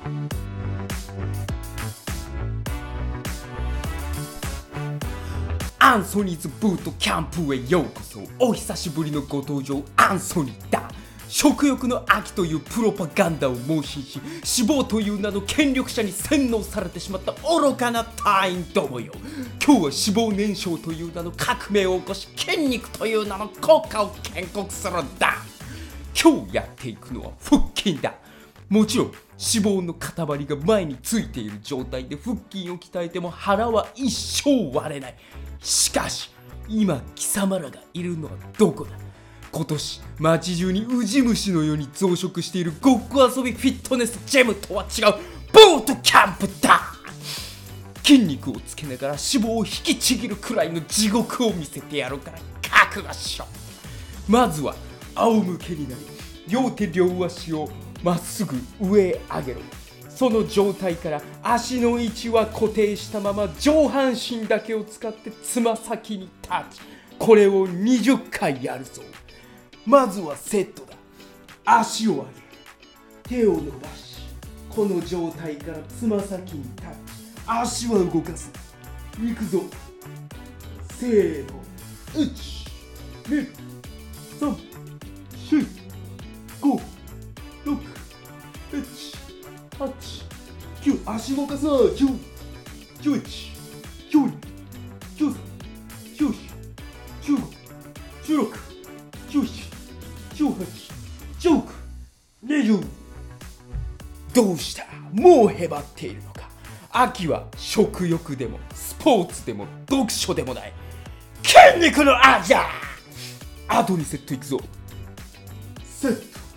アンソニーズブートキャンプへようこそ。お久しぶりのご登場、アンソニーだ。食欲の秋というプロパガンダを盲信し、脂肪という名の権力者に洗脳されてしまった愚かな隊員どもよ。今日は脂肪燃焼という名の革命を起こし、筋肉という名の国家を建国するんだ。今日やっていくのは腹筋だ。もちろん脂肪の塊が前についている状態で腹筋を鍛えても腹は一生割れない。しかし今貴様らがいるのはどこだ。今年街中にウジ虫のように増殖しているごっこ遊びフィットネスジムとは違うブートキャンプだ。筋肉をつけながら脂肪を引きちぎるくらいの地獄を見せてやるから覚悟しろ。まずは仰向けになり、両手両足をまっすぐ上へ上げろ。その状態から足の位置は固定したまま上半身だけを使ってつま先にタッチ。これを20回やるぞ。まずはセットだ。足を上げ、手を伸ばし、この状態からつま先にタッチ。足は動かす。いくぞ。せーの。1、2、3、4、5、6、7、8、9、足動かす。10、11、12、13、14、15、16、17、18、19、20。どうした？もうへばっているのか？秋は食欲でもスポーツでも読書でもない筋肉の秋だ。あと2セットいくぞ。セッ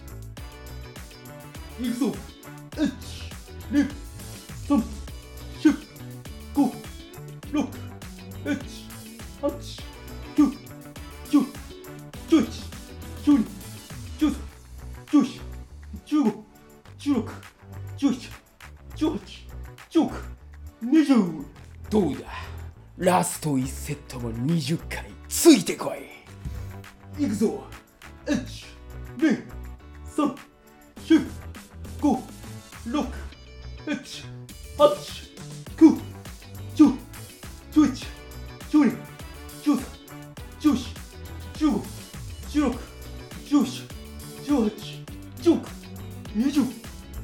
トいくぞ。1、2、3、4、5、6、7、8、9、10、11、12、13、14、15、16、17、18、19、20。どうだ？ラスト1セットも20回ついてこい。いくぞ。1、2、3、4、5、6、7、8、9、10、11、12、13、14、15、16、17、18、19、20。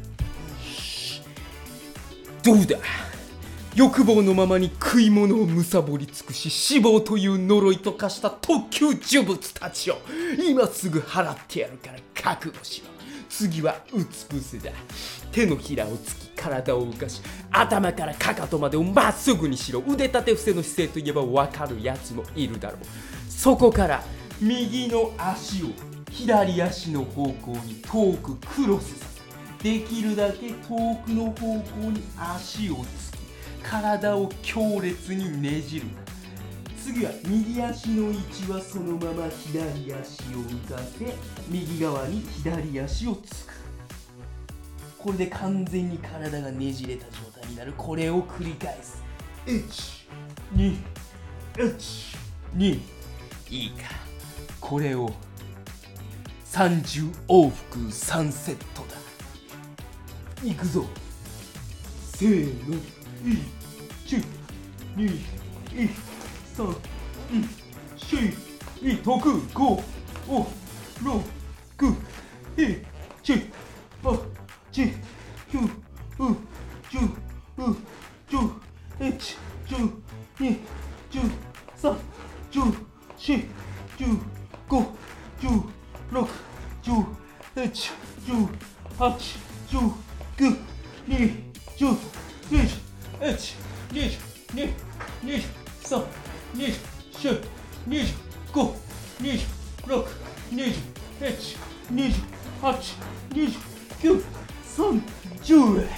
どうだ？欲望のままに食い物を貪り尽くし、脂肪という呪いと化した特級呪物たちを今すぐ払ってやるから覚悟しろ。次はうつ伏せだ。手のひらをつき体を浮かし、頭からかかとまでをまっすぐにしろ。腕立て伏せの姿勢といえばわかるやつもいるだろう。そこから右の足を左足の方向に遠くクロスさせ、できるだけ遠くの方向に足をつき、体を強烈にねじる。次は右足の位置はそのまま左足を浮かせ、右側に左足をつく。これで完全に体がねじれた状態になる。これを繰り返す。1、2、1、2。いいか。これを30往復3セットだ。いくぞ。せーの。1、2、3、4、得、5、6、7、8、9、10、11、12、13、14、15、16、17、18、19、20、21、22、23、24、25、26、27、28、29、30。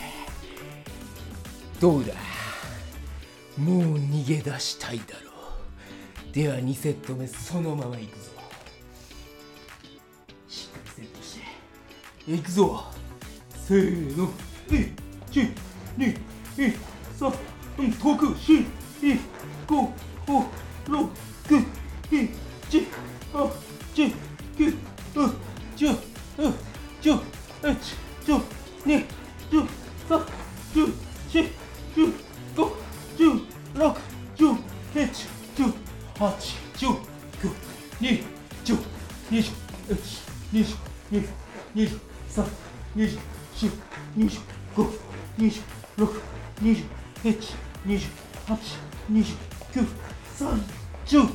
どうだ？もう逃げ出したいだろう。では2セット目そのままいくぞ。しっかりセットしていくぞ。せーの。1、2、3、得、4、5、6、7、8、9、10、11、12、13、14、15、16、17、18、19、20、21、22、23、24、25、26、27、28、29、30。 3、10、4、15、16、17、18、19、20、21、22、23、24、25、26、27、28、29、30。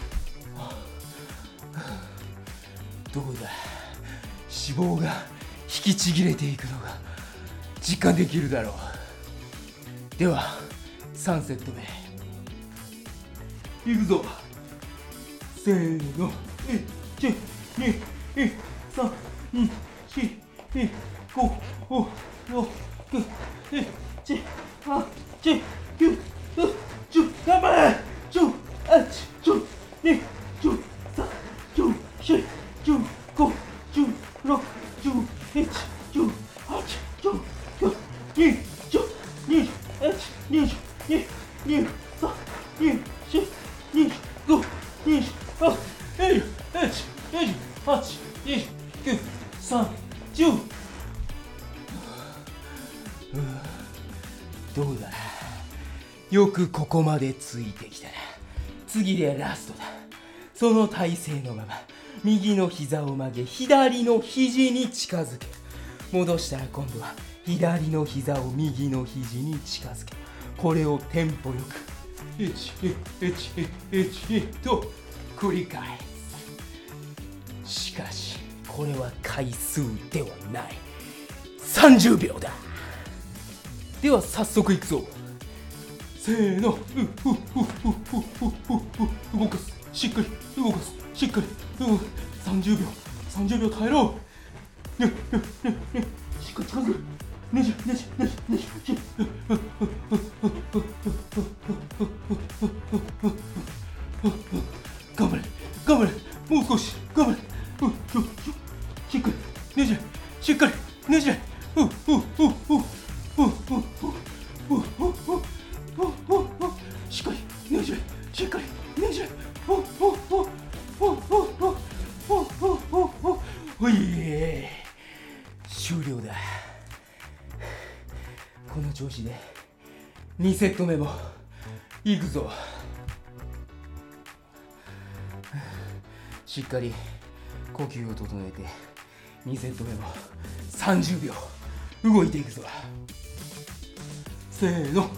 どうだ、脂肪が引きちぎれていくのが実感できるだろう。では3セット目いくぞ。せーの、1、2、3、4、5、6、7、8、9、10、頑張れ。10、8、10、2、13、14、15、16、17、18、19、20、21、22、23、24、25、26、28、29、30。どうだ、よくここまでついてきたな。次でラストだ。その体勢のまま右の膝を曲げ左の肘に近づけ、戻したら今度は左の膝を右の肘に近づけ、これをテンポよく1と繰り返す。しかしこれは回数ではない、30秒だ。では早速いくぞ。せーの、動かす、しっかり動かす、しっかり動かす。30秒耐えろ。しっかり近づく。頑張れ頑張れ、もう少し頑張れ。しっかりねじれ、しっかりねじれ。しっかりねじれ、しっかりねじれ。おい、終了だ。この調子で2セット目もいくぞ。しっかり呼吸を整えて2セット目も30秒動いていくぞ。せーの、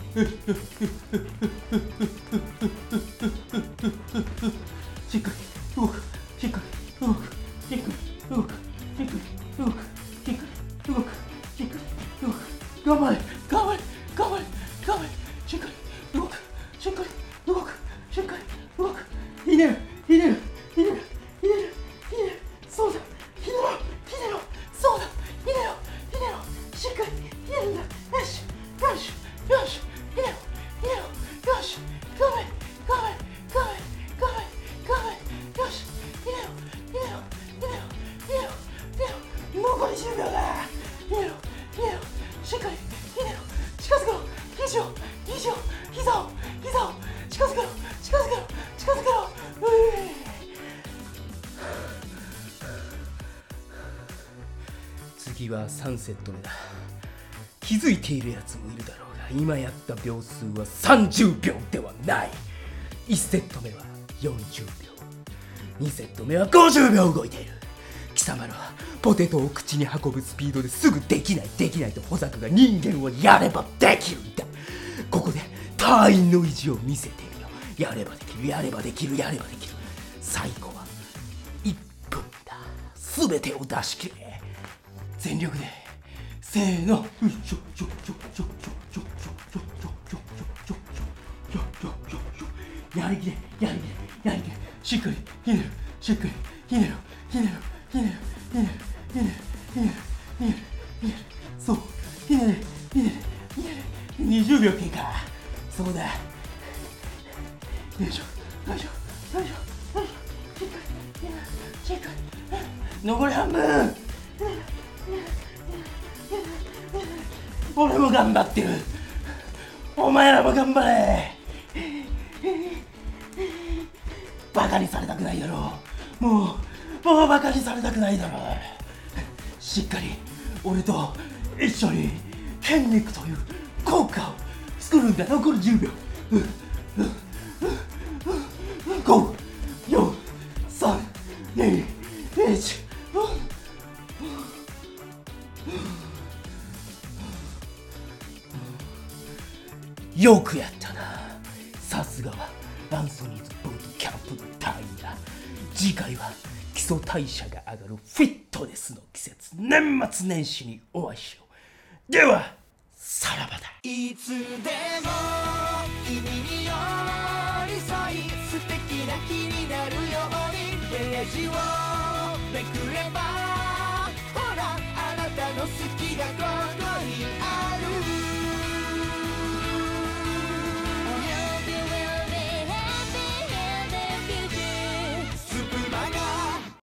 しっかり動く、しっかり動く、しっかり動く、しっかり動く、しっかり動く、しっかり動く。頑張れ頑張れ頑張れ頑張れ。しっかり動く、しっかり動く、しっかり動く。ひねるひねるひねるひねるひねる。そうだ、ひねろひねろ。そうだ、ひねろひねろ。しっかりひねるんだ。よしよしよし、ひねろひねろ。よし、頑張れ頑張れ頑張れ頑張れ頑張れ。よし、ひねろひねろひねろひねろひねろ。残り10秒だ。ひねろひねろ、しっかりひねろ。近づけろ、肘を膝を近づけろ近づけろ近づけろ。次は3セット目だ。気づいているやつもいるだろうが、今やった秒数は30秒ではない。1セット目は40秒、2セット目は50秒動いている。貴様らはポテトを口に運ぶスピードですぐできないと保坂が人間をやればできるんだ。ここで隊員の意地を見せてみよ。やればできるやればできるやればできる。最後は1分だ。全てを出し切れ。全力でせーの。やりきれやりきれやりきれ。しっかりひねる、しっかりひねるひねるひねるひねるひねるひねるひねるひねる。そうひねるひねるひねる。20秒経過。そうだ。よいしょよいしょよいしょよいしょ。しっかりひねるしっかり。残り半分。俺も頑張ってる。お前らも頑張れ。バカにされたくないだろう。もうバカにされたくないだろう。しっかり俺と一緒に筋肉という効果を作るんだ。残り10秒。5、4、3、2、1。よくやったな。さすがはアンソニーズブートキャンプの隊員だ。次回は基礎代謝が上がるフィットネスの季節、年末年始にお会いしよう。ではさらばだ。 いつでも君に寄り添い、素敵な日になるようにページをめくれば、ほらあなたの好き